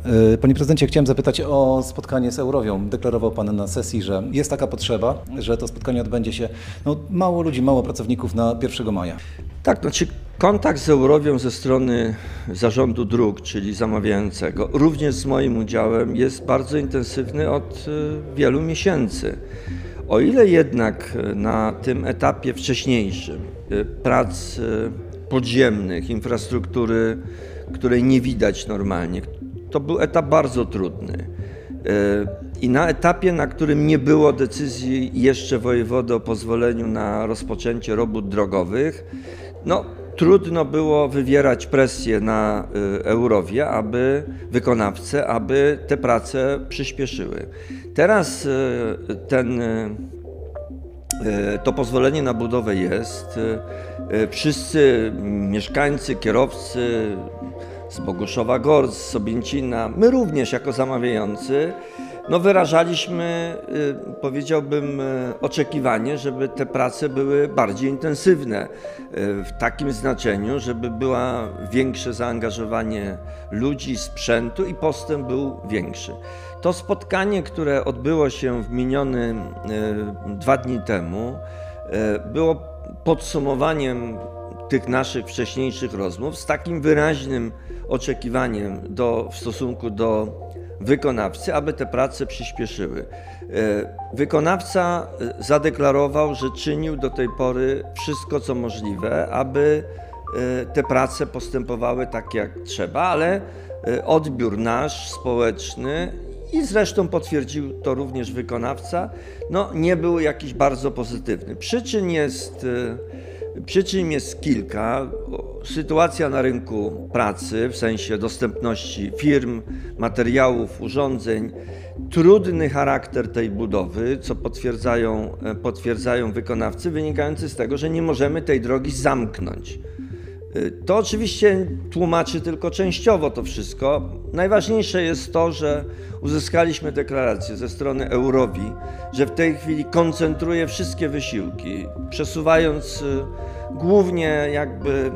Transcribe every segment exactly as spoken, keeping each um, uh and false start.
Panie prezydencie, chciałem zapytać o spotkanie z Eurowią. Deklarował pan na sesji, że jest taka potrzeba, że to spotkanie odbędzie się, no mało ludzi, mało pracowników na pierwszego maja. Tak, znaczy kontakt z Eurowią ze strony zarządu dróg, czyli zamawiającego, również z moim udziałem jest bardzo intensywny od wielu miesięcy. O ile jednak na tym etapie wcześniejszym prac podziemnych, infrastruktury, której nie widać normalnie, to był etap bardzo trudny. I na etapie, na którym nie było decyzji jeszcze wojewody o pozwoleniu na rozpoczęcie robót drogowych, no trudno było wywierać presję na Eurowię, aby wykonawcę, aby te prace przyspieszyły. Teraz ten, to pozwolenie na budowę jest. Wszyscy mieszkańcy, kierowcy z Boguszowa Gór, z Sobięcina, my również jako zamawiający, no wyrażaliśmy, powiedziałbym, oczekiwanie, żeby te prace były bardziej intensywne, w takim znaczeniu, żeby było większe zaangażowanie ludzi, sprzętu i postęp był większy. To spotkanie, które odbyło się w miniony dwa dni temu, było podsumowaniem tych naszych wcześniejszych rozmów z takim wyraźnym oczekiwaniem do, w stosunku do wykonawcy, aby te prace przyspieszyły. Wykonawca zadeklarował, że czynił do tej pory wszystko, co możliwe, aby te prace postępowały tak, jak trzeba, ale odbiór nasz, społeczny i zresztą potwierdził to również wykonawca, no nie był jakiś bardzo pozytywny. Przyczyn jest Przyczyn jest kilka. Sytuacja na rynku pracy, w sensie dostępności firm, materiałów, urządzeń, trudny charakter tej budowy, co potwierdzają, potwierdzają wykonawcy, wynikający z tego, że nie możemy tej drogi zamknąć. To oczywiście tłumaczy tylko częściowo to wszystko. Najważniejsze jest to, że uzyskaliśmy deklarację ze strony Eurowii, że w tej chwili koncentruje wszystkie wysiłki, przesuwając głównie jakby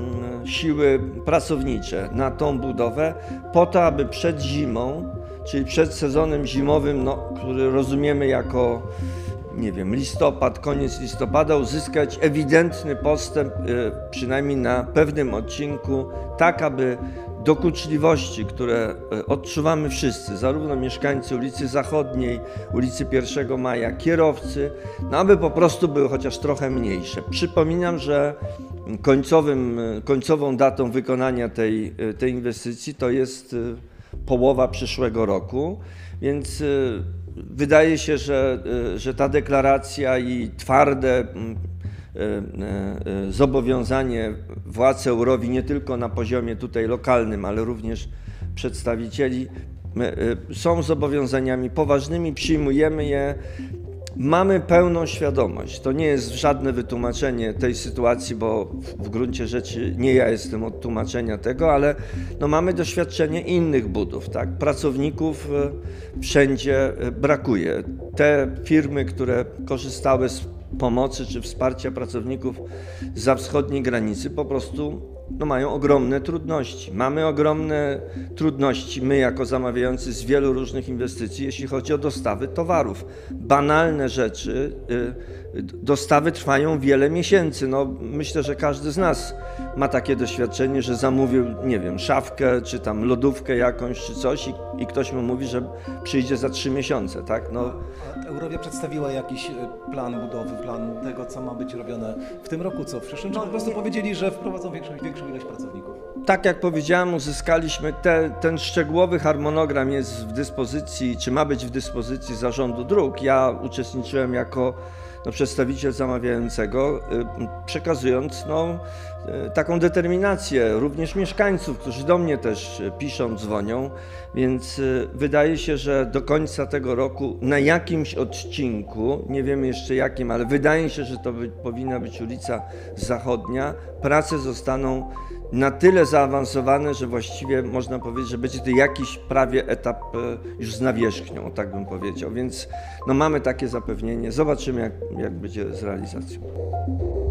siły pracownicze na tą budowę, po to, aby przed zimą, czyli przed sezonem zimowym, no, który rozumiemy jako, nie wiem, listopad, koniec listopada, uzyskać ewidentny postęp, przynajmniej na pewnym odcinku, tak aby dokuczliwości, które odczuwamy wszyscy, zarówno mieszkańcy ulicy Zachodniej, ulicy pierwszego maja, kierowcy, no aby po prostu były chociaż trochę mniejsze. Przypominam, że końcowym, końcową datą wykonania tej, tej inwestycji to jest połowa przyszłego roku, więc wydaje się, że, że ta deklaracja i twarde zobowiązanie władz Eurowii nie tylko na poziomie tutaj lokalnym, ale również przedstawicieli są zobowiązaniami poważnymi, przyjmujemy je. Mamy pełną świadomość, to nie jest żadne wytłumaczenie tej sytuacji, bo w gruncie rzeczy nie ja jestem od tłumaczenia tego, ale no mamy doświadczenie innych budów, tak? Pracowników wszędzie brakuje. Te firmy, które korzystały z pomocy czy wsparcia pracowników zza wschodniej granicy, po prostu no, mają ogromne trudności. Mamy ogromne trudności, my jako zamawiający z wielu różnych inwestycji, jeśli chodzi o dostawy towarów. Banalne rzeczy, dostawy trwają wiele miesięcy. No, myślę, że każdy z nas ma takie doświadczenie, że zamówił, nie wiem, szafkę, czy tam lodówkę jakąś, czy coś i, i ktoś mu mówi, że przyjdzie za trzy miesiące, tak? No. Eurowia przedstawiła jakiś plan budowy, plan tego, co ma być robione w tym roku, co w przyszłym, czy no, po prostu nie... powiedzieli, że wprowadzą większą, większą ilość pracowników? Tak jak powiedziałem, uzyskaliśmy te, ten szczegółowy harmonogram jest w dyspozycji, czy ma być w dyspozycji zarządu dróg. Ja uczestniczyłem jako no, przedstawiciel zamawiającego, przekazując no, taką determinację również mieszkańców, którzy do mnie też piszą, dzwonią, więc wydaje się, że do końca tego roku na jakimś odcinku, nie wiemy jeszcze jakim, ale wydaje się, że to by, powinna być ulica Zachodnia, prace zostaną na tyle zaawansowane, że właściwie można powiedzieć, że będzie to jakiś prawie etap już z nawierzchnią, tak bym powiedział, więc no mamy takie zapewnienie, zobaczymy jak, jak będzie z realizacją.